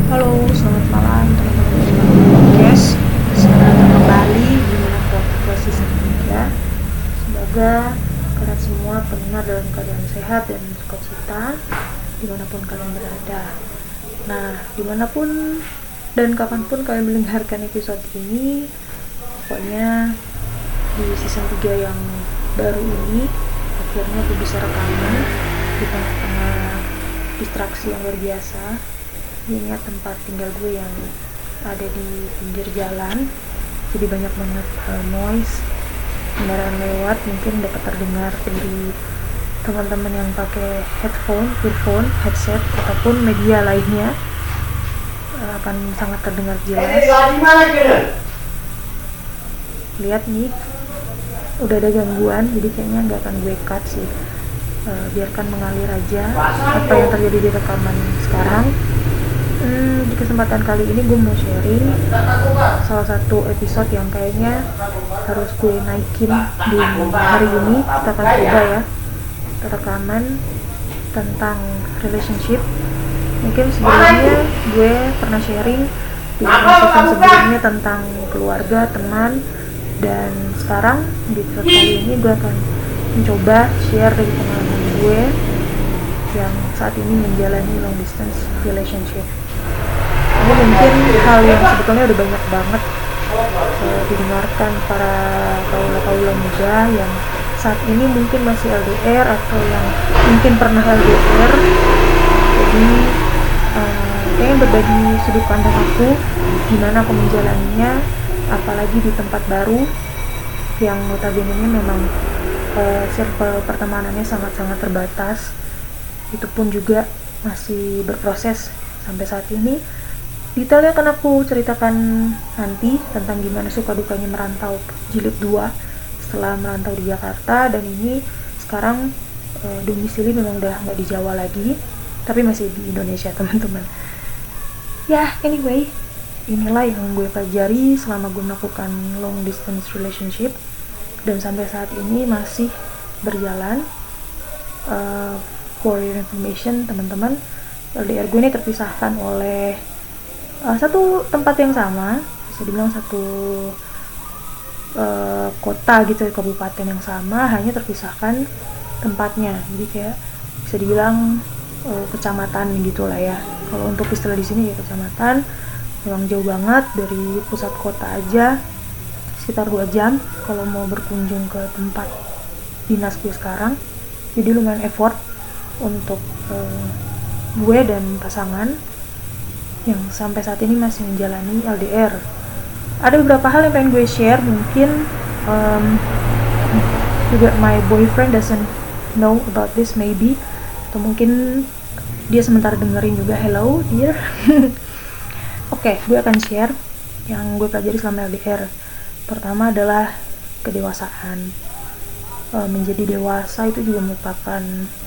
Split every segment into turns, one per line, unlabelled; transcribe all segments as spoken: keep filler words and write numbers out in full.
Halo, selamat malam teman-teman di podcast. Selamat datang kembali di Mana Podcast Season tiga. Semoga kalian semua pendengar dalam keadaan sehat dan sukacita dimanapun kalian berada. Nah, dimanapun dan kapanpun kalian mendengarkan episode ini, pokoknya di season tiga yang baru ini akhirnya aku bisa rekaman di tengah-tengah distraksi yang luar biasa. Ingat tempat tinggal gue yang ada di pinggir jalan, jadi banyak banget uh, noise kendaraan lewat, mungkin dapat terdengar dari teman-teman yang pakai headphone, earphone, headset ataupun media lainnya, uh, akan sangat terdengar jelas. Lihat nih, udah ada gangguan, jadi kayaknya nggak akan gue cut sih. Uh, biarkan mengalir aja apa yang terjadi di rekaman sekarang. Hmm, di kesempatan kali ini gue mau sharing salah satu episode yang kayaknya harus gue naikin di hari ini. Kita akan coba ya rekaman tentang relationship. Mungkin sebelumnya gue pernah sharing di episode sebelumnya tentang keluarga, teman, dan sekarang di episode kali ini gue akan mencoba share dari pengalaman gue yang saat ini menjalani long distance relationship. Ini mungkin hal yang sebetulnya udah banyak banget uh, didengarkan para kaula-kaula muda yang saat ini mungkin masih L D R atau yang mungkin pernah L D R. Jadi uh, kayaknya berbagi sudut pandang aku gimana aku menjalaninya, apalagi di tempat baru yang notabene memang uh, circle pertemanannya sangat-sangat terbatas. Itu pun juga masih berproses sampai saat ini. Detailnya akan aku ceritakan nanti tentang gimana suka dukanya merantau jilid dua setelah merantau di Jakarta, dan ini sekarang e, domisili memang udah nggak di Jawa lagi tapi masih di Indonesia teman-teman. Ya anyway, inilah yang gue pelajari selama gue melakukan long distance relationship dan sampai saat ini masih berjalan. uh, For your information teman-teman, L D R gue ini terpisahkan oleh uh, satu tempat yang sama, bisa dibilang satu uh, kota gitu, kabupaten yang sama, hanya terpisahkan tempatnya. Jadi kayak bisa dibilang uh, kecamatan gitulah ya. Kalau untuk istilah di sini ya kecamatan, memang jauh banget dari pusat kota aja, sekitar dua jam kalau mau berkunjung ke tempat dinas gue sekarang. Jadi lumayan effort untuk uh, gue dan pasangan yang sampai saat ini masih menjalani L D R. Ada beberapa hal yang pengen gue share, mungkin um, juga my boyfriend doesn't know about this maybe, atau mungkin dia sementara dengerin juga. Hello dear. Oke, okay, gue akan share yang gue pelajari selama L D R. Pertama adalah kedewasaan. Uh, menjadi dewasa itu juga merupakan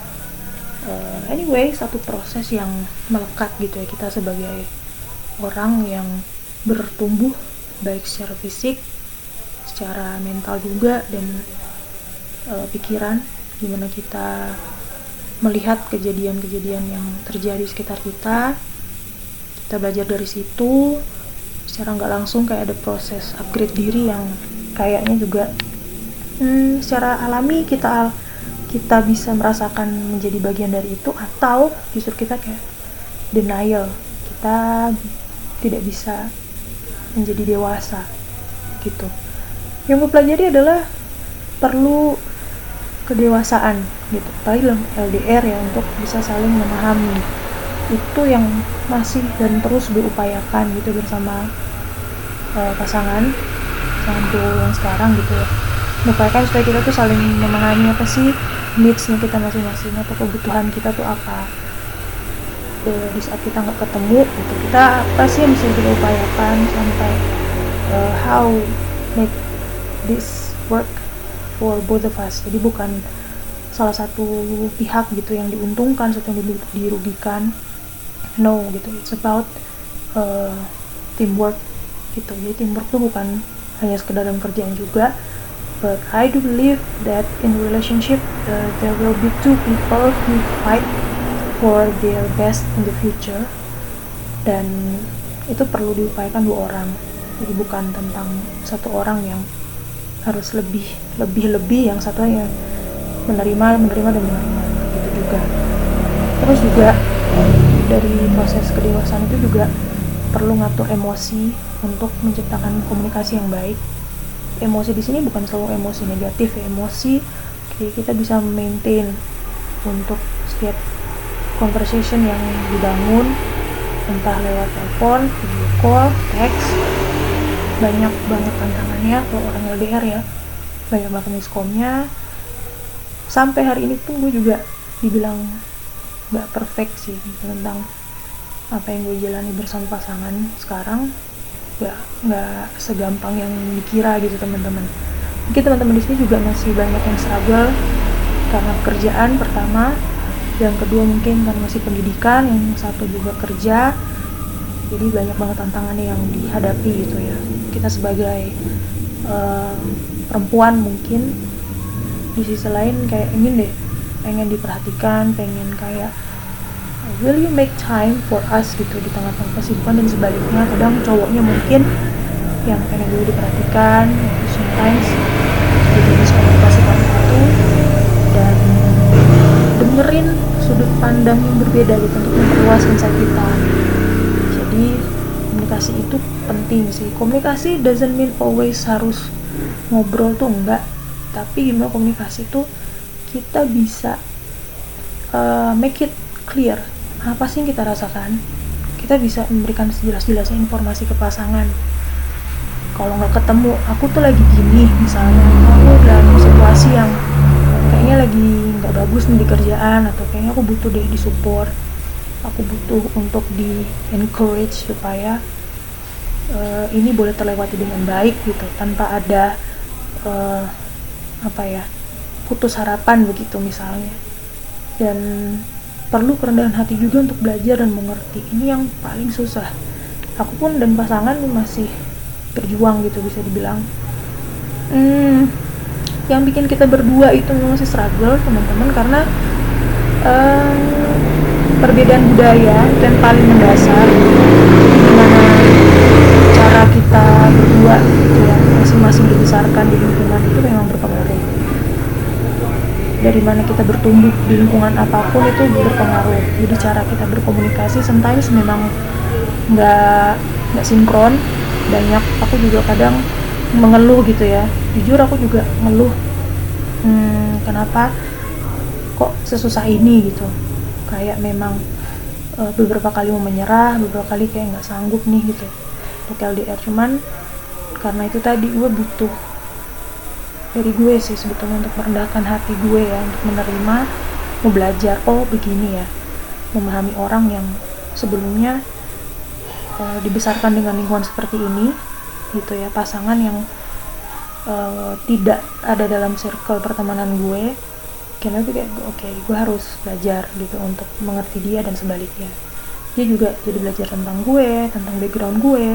Uh, anyway, satu proses yang melekat gitu ya, kita sebagai orang yang bertumbuh baik secara fisik, secara mental juga, dan uh, pikiran, gimana kita melihat kejadian-kejadian yang terjadi di sekitar kita. Kita belajar dari situ secara nggak langsung, kayak ada proses upgrade diri yang kayaknya juga hmm, secara alami kita kita bisa merasakan menjadi bagian dari itu, atau justru kita kayak denial, kita tidak bisa menjadi dewasa gitu. Yang gue pelajari adalah perlu kedewasaan gitu, apalagi dalam L D R ya, untuk bisa saling memahami. Itu yang masih dan terus gue upayakan gitu bersama uh, pasangan pasangan gue yang sekarang gitu ya, mengupayakan supaya kita tuh saling memahami apa sih needs-nya kita masing-masing, atau kebutuhan kita tuh apa. E, di saat kita nggak ketemu gitu, kita apa sih yang bisa kita upayakan sampai uh, how make this work for both of us. Jadi bukan salah satu pihak gitu yang diuntungkan, satu yang dirugikan, no gitu. It's about uh, teamwork gitu. Jadi teamwork tuh bukan hanya sekedar dalam kerjaan juga. But I do believe that in relationship uh, there will be two people who fight for their best in the future. dan itu perlu diupayakan dua orang. Jadi bukan tentang satu orang yang harus lebih lebih lebih yang satu yang menerima menerima dan menerima gitu juga. Terus juga dari proses kedewasaan itu juga perlu ngatur emosi untuk menciptakan komunikasi yang baik. Emosi di sini bukan selalu emosi negatif ya, emosi kita bisa maintain untuk setiap conversation yang dibangun, entah lewat telepon, video call, teks. Banyak banget tantangannya kalau orang L D R ya, banyak banget miskomnya. Sampai hari ini pun gue juga dibilang gak perfect sih gitu, tentang apa yang gue jalani bersama pasangan sekarang. Gak, gak segampang yang dikira gitu teman-teman. Mungkin teman-teman di sini juga masih banyak yang struggle karena pekerjaan pertama, yang kedua mungkin karena masih pendidikan, yang satu juga kerja. Jadi banyak banget tantangannya yang dihadapi gitu ya. Kita sebagai uh, perempuan mungkin di sisi lain kayak ingin deh, pengen diperhatikan, pengen kayak will you make time for us gitu di tengah-tengah kesibukan, dan sebaliknya kadang cowoknya mungkin yang pengen dulu diperhatikan, sometimes jadi miskomunikasikan itu dan dengerin sudut pandang yang berbeda gitu untuk memperluas insight kita. Jadi komunikasi itu penting sih. Komunikasi doesn't mean always harus ngobrol tuh, enggak, tapi gimana komunikasi tuh kita bisa uh, make it clear apa sih yang kita rasakan. Kita bisa memberikan sejelas-jelasnya informasi ke pasangan. Kalau nggak ketemu, aku tuh lagi gini misalnya, aku dalam situasi yang kayaknya lagi nggak bagus nih di kerjaan, atau kayaknya aku butuh deh di support, aku butuh untuk di encourage supaya uh, ini boleh terlewati dengan baik gitu, tanpa ada uh, apa ya putus harapan begitu misalnya. Dan perlu kerendahan hati juga untuk belajar dan mengerti. Ini yang paling susah. Aku pun dan pasangan masih berjuang gitu bisa dibilang. Hmm, yang bikin kita berdua itu masih struggle teman-teman, karena um, perbedaan budaya itu yang paling mendasar. Gimana cara kita berdua gitu ya, masing-masing dibesarkan di lingkungan itu memang berpengaruh. Dari mana kita bertumbuh di lingkungan apapun itu berpengaruh. Jadi cara kita berkomunikasi sometimes memang nggak nggak sinkron. Banyak aku juga kadang mengeluh gitu ya. Jujur aku juga ngeluh. Hmm, kenapa kok sesusah ini gitu. Kayak memang e, beberapa kali mau menyerah, beberapa kali kayak nggak sanggup nih gitu untuk L D R. Cuman karena itu tadi gue butuh dari gue sih sebetulnya untuk merendahkan hati gue ya, untuk menerima, mau belajar, oh begini ya, memahami orang yang sebelumnya uh, dibesarkan dengan lingkungan seperti ini gitu ya, pasangan yang uh, tidak ada dalam circle pertemanan gue. Karena gue kayak oke okay, gue harus belajar gitu untuk mengerti dia, dan sebaliknya dia juga jadi belajar tentang gue, tentang background gue,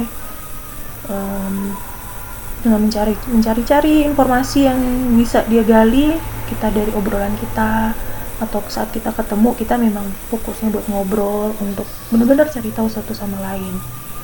um, dengan mencari mencari-cari informasi yang bisa dia gali kita dari obrolan kita, atau saat kita ketemu kita memang fokusnya buat ngobrol untuk benar-benar cari tahu satu sama lain.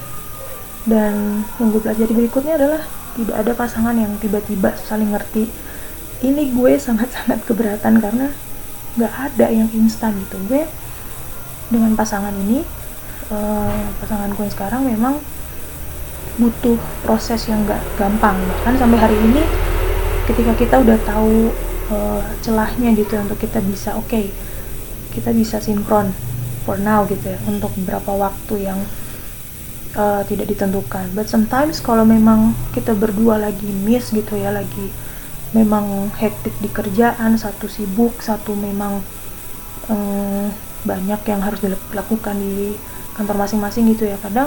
Dan yang gue pelajari berikutnya adalah tidak ada pasangan yang tiba-tiba saling ngerti. Ini gue sangat-sangat keberatan karena nggak ada yang instan gitu. Gue dengan pasangan ini uh, pasangan gue sekarang memang butuh proses yang gak gampang. Bahkan sampai hari ini ketika kita udah tahu uh, celahnya gitu ya, untuk kita bisa oke okay, kita bisa sinkron for now gitu ya, untuk beberapa waktu yang uh, tidak ditentukan. But sometimes kalau memang kita berdua lagi miss gitu ya, lagi memang hektik di kerjaan, satu sibuk, satu memang um, banyak yang harus dilakukan di kantor masing-masing gitu ya, kadang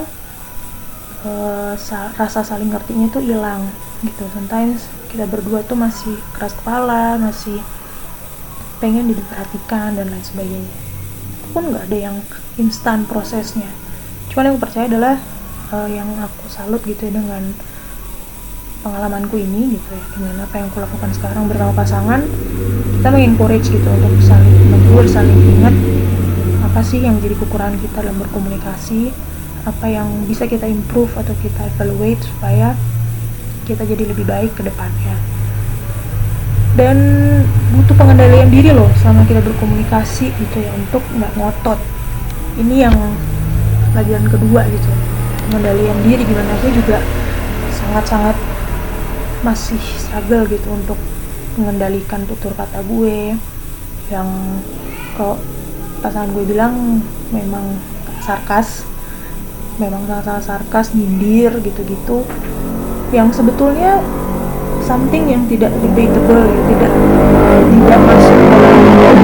Uh, sa- rasa saling ngertinya itu hilang gitu. Sometimes kita berdua tuh masih keras kepala, masih pengen diperhatikan dan lain sebagainya. Itu pun nggak ada yang instan prosesnya. Cuman yang aku percaya adalah uh, yang aku salut gitu ya dengan pengalamanku ini gitu ya, dengan apa yang aku lakukan sekarang bersama pasangan, kita mengencourage gitu untuk saling menegur, saling ingat apa sih yang jadi kekurangan kita dalam berkomunikasi, apa yang bisa kita improve atau kita evaluate supaya kita jadi lebih baik ke depannya. Dan butuh pengendalian diri loh selama kita berkomunikasi gitu ya, untuk nggak ngotot. Ini yang pelajaran kedua gitu, pengendalian diri, gimana gue juga sangat-sangat masih struggle gitu untuk mengendalikan tutur kata gue yang kalau pasangan gue bilang memang sarkas, memang sangat-sangat sarkas, nyindir gitu-gitu, yang sebetulnya something yang tidak debatable ya, tidak tidak masuk dalam.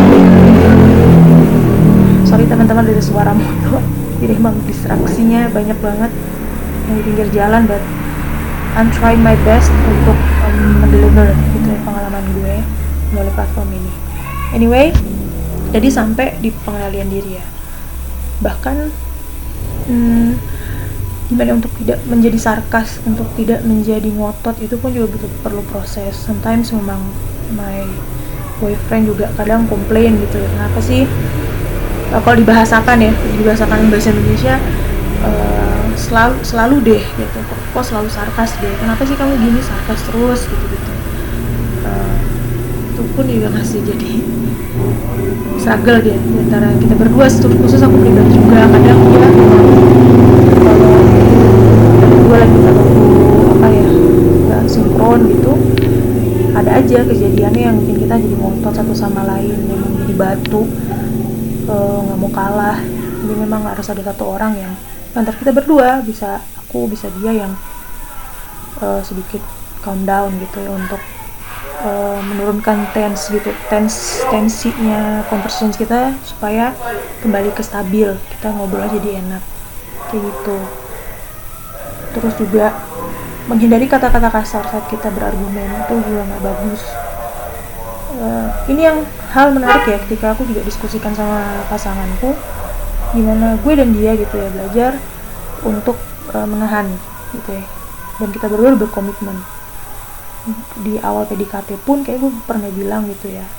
Sorry teman-teman, dari suara motor, jadi emang distraksinya banyak banget yang di pinggir jalan, but I'm trying my best untuk um, mendeliver gitu ya, pengalaman gue melalui platform ini. Anyway, jadi sampai di pengendalian diri ya. Bahkan hmm, gimana untuk tidak menjadi sarkas, untuk tidak menjadi ngotot, itu pun juga butuh perlu proses. Sometimes memang my boyfriend juga kadang komplain gitu ya, kenapa sih uh, kalau dibahasakan ya, dibahasakan bahasa Indonesia, uh, selalu selalu deh gitu, kok, kok selalu sarkas deh, kenapa sih kamu gini sarkas terus gitu gitu. Uh, itu pun juga masih jadi struggle dia antara kita berdua, khusus aku pribadi juga. Kadang dia kalau gue lagi terlalu apa ya, nggak sinkron gitu, ada aja kejadiannya yang bikin kita jadi ngotot satu sama lain, memang jadi batu, nggak uh, mau kalah. Jadi memang harus ada satu orang yang antara kita berdua, bisa aku bisa dia yang uh, sedikit calm down gitu ya, untuk uh, menurunkan tense gitu, tense tensinya conversation kita supaya kembali ke stabil, kita ngobrol jadi enak kayak gitu. Terus juga menghindari kata-kata kasar saat kita berargumen, itu juga nggak bagus. Uh, ini yang hal menarik ya, ketika aku juga diskusikan sama pasanganku, gimana gue dan dia gitu ya belajar untuk uh, menahan gitu ya, dan kita berdua berkomitmen. Di awal P D K T pun kayak gue pernah bilang gitu ya,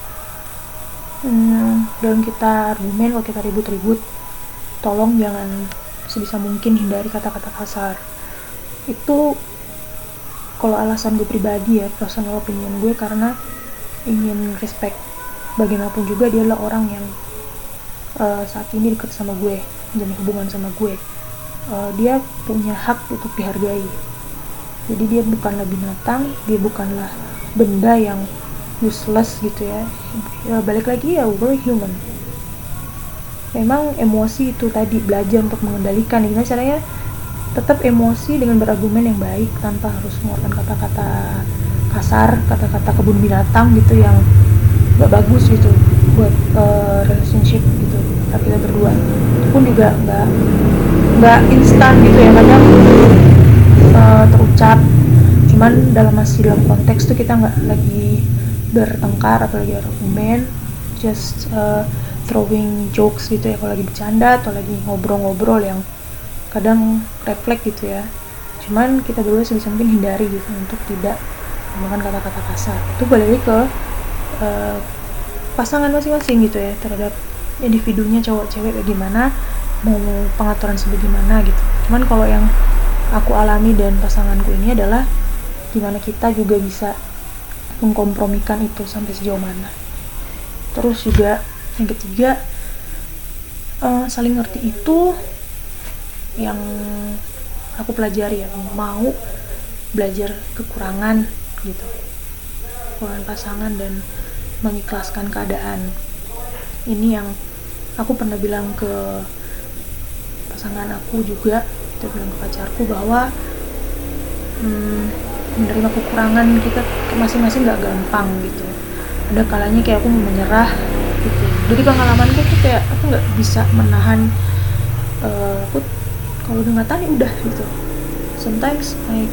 hmm, dalam kita argumen, kalau kita ribut-ribut, tolong jangan sebisa mungkin hindari kata-kata kasar. Itu kalau alasan gue pribadi ya, personal opinion gue, karena ingin respect. Bagaimanapun juga dia adalah orang yang uh, saat ini dekat sama gue, menjalin hubungan sama gue. Uh, dia punya hak untuk dihargai. Jadi dia bukanlah binatang, dia bukanlah benda yang useless gitu ya. Ya balik lagi ya, we're human. Memang emosi itu tadi, belajar untuk mengendalikan. Gimana caranya tetap emosi dengan berargumen yang baik, tanpa harus mengeluarkan kata-kata kasar, kata-kata kebun binatang gitu yang gak bagus gitu buat uh, relationship gitu antara kita berdua. Itu pun juga gak gak instan gitu ya, kadang uh, terucap, cuman dalam masih dalam konteks tuh kita gak lagi bertengkar atau lagi argumen, just uh, throwing jokes gitu ya, kalau lagi bercanda atau lagi ngobrol-ngobrol yang kadang refleks gitu ya. Cuman kita berdua sebisa mungkin hindari gitu untuk tidak menggunakan kata-kata kasar. Itu balik ke uh, pasangan masing-masing gitu ya, terhadap individunya, cowok cewek bagaimana, mau pengaturan sebagaimana gitu. Cuman kalau yang aku alami dan pasanganku ini adalah gimana kita juga bisa mengkompromikan itu sampai sejauh mana. Terus juga yang ketiga, uh, saling ngerti itu yang aku pelajari ya, mau belajar kekurangan gitu, kekurangan pasangan dan mengikhlaskan keadaan. Ini yang aku pernah bilang ke pasangan aku juga, kita bilang ke pacarku bahwa hmm, menerima kekurangan kita masing-masing gak gampang gitu. Ada kalanya kayak aku mau menyerah gitu. Jadi pengalamanku tuh kayak aku gak bisa menahan, uh, aku kalau udah nggak tahan ya udah gitu. Sometimes I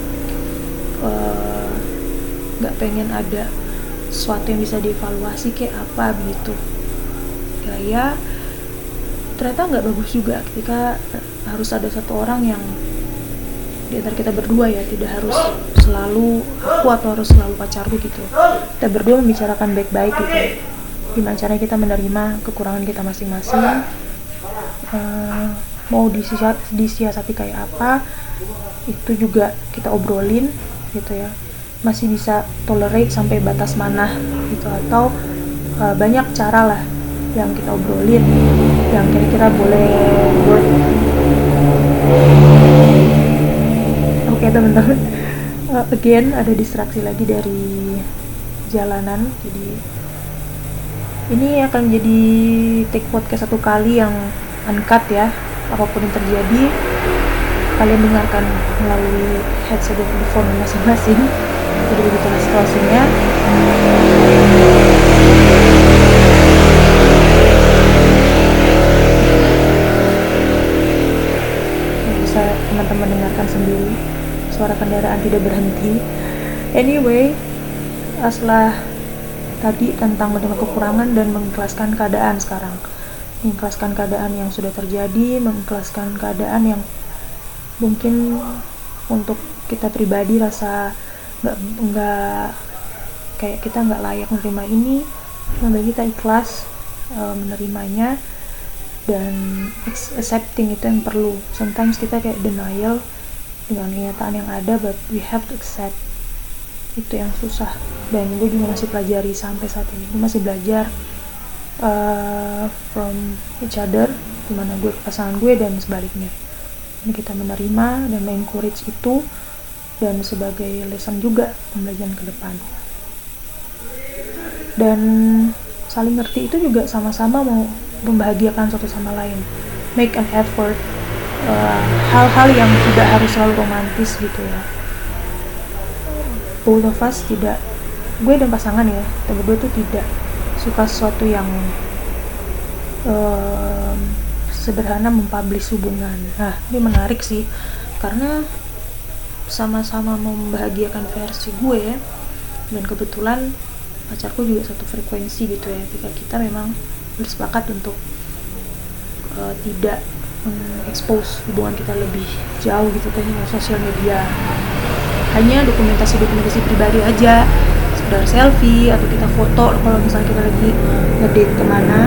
uh, nggak pengen ada sesuatu yang bisa dievaluasi kayak apa begitu. Kayak ternyata nggak bagus juga ketika harus ada satu orang yang di antara kita berdua ya, tidak harus selalu aku atau harus selalu pacarku gitu. Kita berdua membicarakan baik-baik gitu. Gimana caranya kita menerima kekurangan kita masing-masing. Uh, mau disia- disiasati kayak apa itu juga kita obrolin gitu ya, masih bisa tolerate sampai batas mana gitu, atau uh, banyak cara lah yang kita obrolin yang kira-kira boleh work. Oke okay, teman-teman, uh, again ada distraksi lagi dari jalanan, jadi ini akan jadi take podcast satu kali yang uncut ya, apapun yang terjadi kalian dengarkan melalui headset dan phone masing-masing. Jadi begitulah situasinya. Bisa teman-teman dengarkan sendiri, suara kendaraan tidak berhenti. Anyway, setelah tadi tentang menerima kekurangan dan mengikhlaskan keadaan, sekarang mengikhlaskan keadaan yang sudah terjadi, mengikhlaskan keadaan yang mungkin untuk kita pribadi rasa nggak nggak kayak kita nggak layak menerima ini, sampai kita ikhlas uh, menerimanya dan accepting itu yang perlu. Sometimes kita kayak denial dengan kenyataan yang ada, but we have to accept. Itu yang susah, dan gue juga masih pelajari sampai saat ini. Gue masih belajar uh, from each other, dimana gue ke pasangan gue dan sebaliknya. Ini kita menerima dan encourage itu, dan sebagai lesson juga pembelajaran ke depan. Dan saling ngerti itu juga sama-sama mau membahagiakan satu sama lain, make an effort, uh, hal-hal yang tidak harus selalu romantis gitu ya. Both of us tidak, gue dan pasangan ya, kita berdua tuh tidak suka sesuatu yang uh, sederhana mempublish hubungan. Nah, ini menarik sih, karena sama-sama membahagiakan versi gue ya, dan kebetulan pacarku juga satu frekuensi gitu ya, ketika kita memang bersepakat untuk uh, tidak mengekspos hubungan kita lebih jauh gitu ke sosial media, hanya dokumentasi-dokumentasi pribadi aja, sekedar selfie atau kita foto kalau misalnya kita lagi ngedate kemana.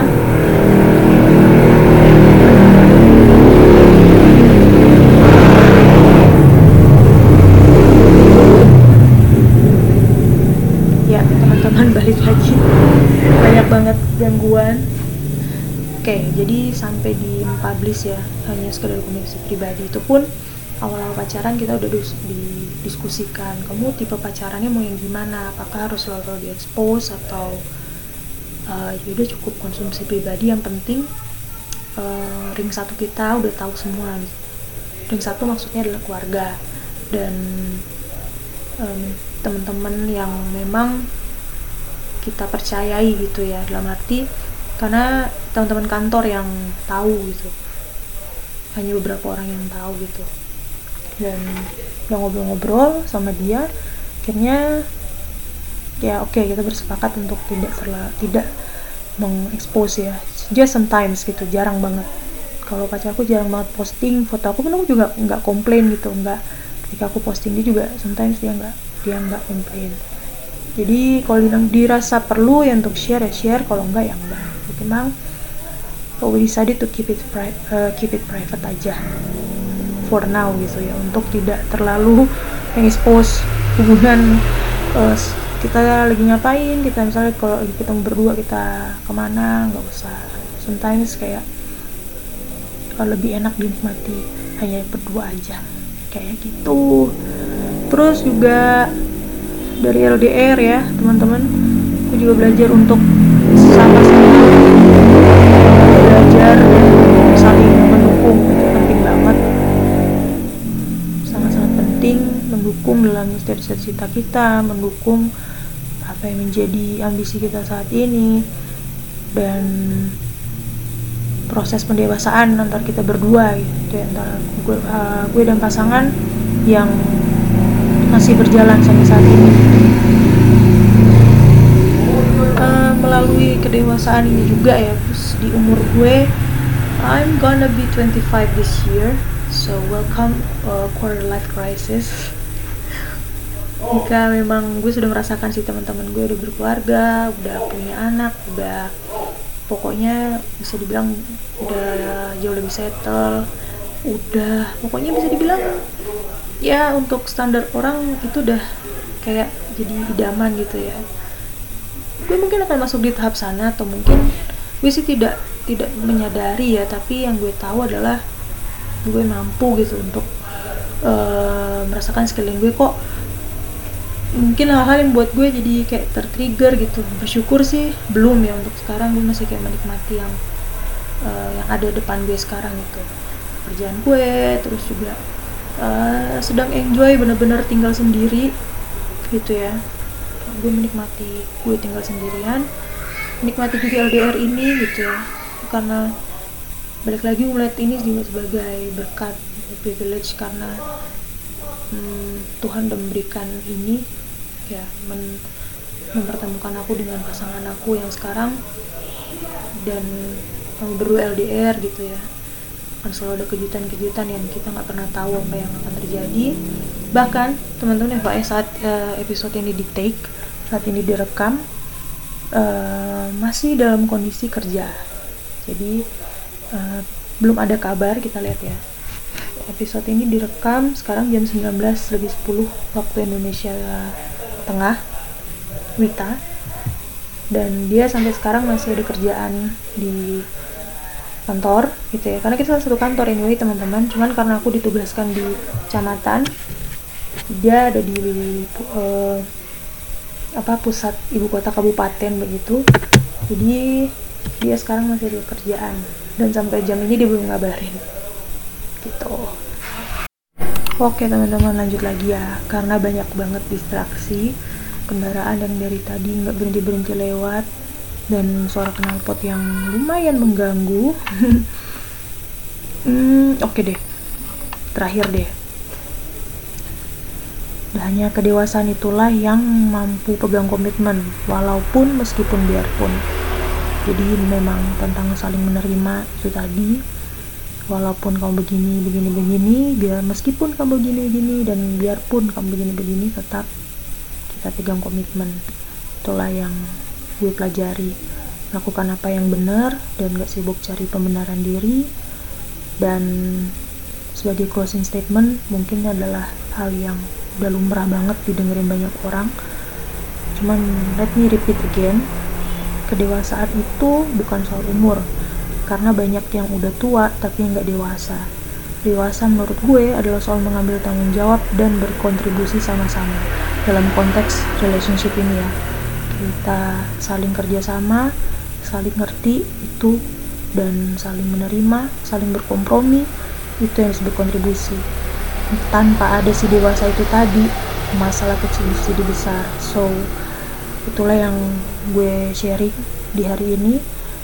Ya teman-teman, balik lagi, banyak banget gangguan. Oke, jadi sampai di publish ya, hanya sekedar dokumentasi pribadi. Itu pun awal-awal pacaran kita udah didiskusikan, kamu tipe pacarannya mau yang gimana, apakah harus selalu di-expose atau uh, yaudah cukup konsumsi pribadi, yang penting uh, ring satu kita udah tahu semua. Ring satu maksudnya adalah keluarga dan um, teman-teman yang memang kita percayai gitu ya, dalam arti karena teman-teman kantor yang tahu gitu, hanya beberapa orang yang tahu gitu. Dan udah ngobrol-ngobrol sama dia, akhirnya ya oke okay, kita bersepakat untuk tidak terla, tidak mengekspos ya, just sometimes gitu, jarang banget. Kalau pacarku jarang banget posting foto aku, pun aku juga nggak komplain gitu, nggak, ketika aku posting dia juga sometimes dia nggak dia nggak komplain. Jadi kalau dirasa perlu ya untuk share ya share, kalau enggak ya enggak. Jadi memang we decided to keep it pri- uh, keep it private aja for now gitu ya, untuk tidak terlalu mengekspos hubungan uh, kita lagi ngapain, kita misalnya kalau kita berdua kita kemana, nggak usah. Sometimes kayak uh, lebih enak dinikmati hanya berdua aja kayak gitu. Terus juga dari L D R ya teman-teman, aku juga belajar untuk sama-sama belajar dan saling mendukung. Itu penting banget, sangat-sangat penting mendukung dalam setiap cita-cita kita, mendukung apa yang menjadi ambisi kita saat ini, dan proses pendewasaan antar kita berdua gitu, antara gue, uh, gue dan pasangan yang masih berjalan sampai saat ini. Uh, melalui kedewasaan ini juga ya, terus di umur gue, I'm gonna be twenty-five this year, so welcome uh, quarter life crisis. Jika memang gue sudah merasakan sih, teman-teman gue udah berkeluarga, udah punya anak, udah pokoknya bisa dibilang udah jauh lebih settle, udah pokoknya bisa dibilang ya untuk standar orang itu udah kayak jadi idaman gitu ya. Gue mungkin akan masuk di tahap sana, atau mungkin gue sih tidak tidak menyadari ya, tapi yang gue tahu adalah gue mampu gitu untuk uh, merasakan sekeliling gue. Kok mungkin hal-hal yang buat gue jadi kayak tertrigger gitu. Bersyukur sih belum ya, untuk sekarang gue masih kayak menikmati yang uh, yang ada depan gue sekarang gitu, kerjaan gue, terus juga uh, sedang enjoy bener-bener tinggal sendiri gitu ya. Gue menikmati gue tinggal sendirian, menikmati juga L D R ini gitu ya, karena balik lagi melihat ini juga sebagai berkat, privilege, karena hmm, Tuhan udah memberikan ini ya, men, mempertemukan aku dengan pasangan aku yang sekarang, dan kami berdua L D R gitu ya. Kan selalu ada kejutan-kejutan yang kita nggak pernah tahu apa yang akan terjadi. Bahkan teman-teman F Y I, saat uh, episode ini di take, saat ini direkam, uh, masih dalam kondisi kerja, jadi uh, belum ada kabar. Kita lihat ya, episode ini direkam sekarang jam sembilan belas lebih sepuluh waktu Indonesia Tengah, Wita, dan dia sampai sekarang masih ada kerjaan di kantor gitu ya, karena kita satu kantor anyway teman-teman. Cuman karena aku ditugaskan di kecamatan, dia ada di uh, apa pusat ibu kota kabupaten begitu, jadi dia sekarang masih ada kerjaan, dan sampai jam ini dia belum ngabarin gitu. Oke teman-teman, lanjut lagi ya, karena banyak banget distraksi, kendaraan yang dari tadi nggak berhenti-berhenti lewat, dan suara knalpot yang lumayan mengganggu. hmm, oke deh, terakhir deh, hanya kedewasaan itulah yang mampu pegang komitmen, walaupun meskipun biarpun. Jadi memang tentang saling menerima itu tadi, walaupun kamu begini begini begini, biar meskipun kamu begini begini, dan biarpun kamu begini begini, tetap kita pegang komitmen. Itulah yang gue pelajari, lakukan apa yang benar dan gak sibuk cari pembenaran diri. Dan sebagai closing statement, mungkin adalah hal yang udah lumrah banget didengerin banyak orang, cuman let me repeat again, kedewasaan itu bukan soal umur, karena banyak yang udah tua tapi yang gak dewasa. Dewasa menurut gue adalah soal mengambil tanggung jawab dan berkontribusi sama-sama dalam konteks relationship ini ya. Kita saling kerjasama, saling ngerti itu, dan saling menerima, saling berkompromi, itu yang disebut kontribusi. Tanpa ada si dewasa itu tadi, masalah kecil bisa jadi besar. So itulah yang gue sharing di hari ini.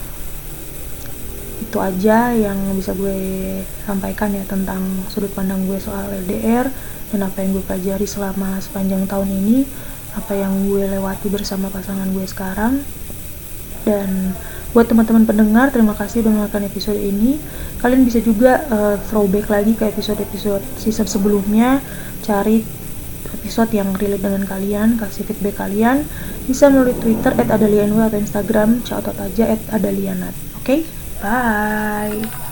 Itu aja yang bisa gue sampaikan ya tentang sudut pandang gue soal L D R, dan apa yang gue pelajari selama sepanjang tahun ini, apa yang gue lewati bersama pasangan gue sekarang. Dan buat teman-teman pendengar, terima kasih udah menonton episode ini. Kalian bisa juga uh, throwback lagi ke episode-episode season sebelumnya, cari episode yang relate dengan kalian, kasih feedback kalian. Bisa melalui Twitter at adalianw atau Instagram, shoutout aja at adalianat. Oke, okay? Bye.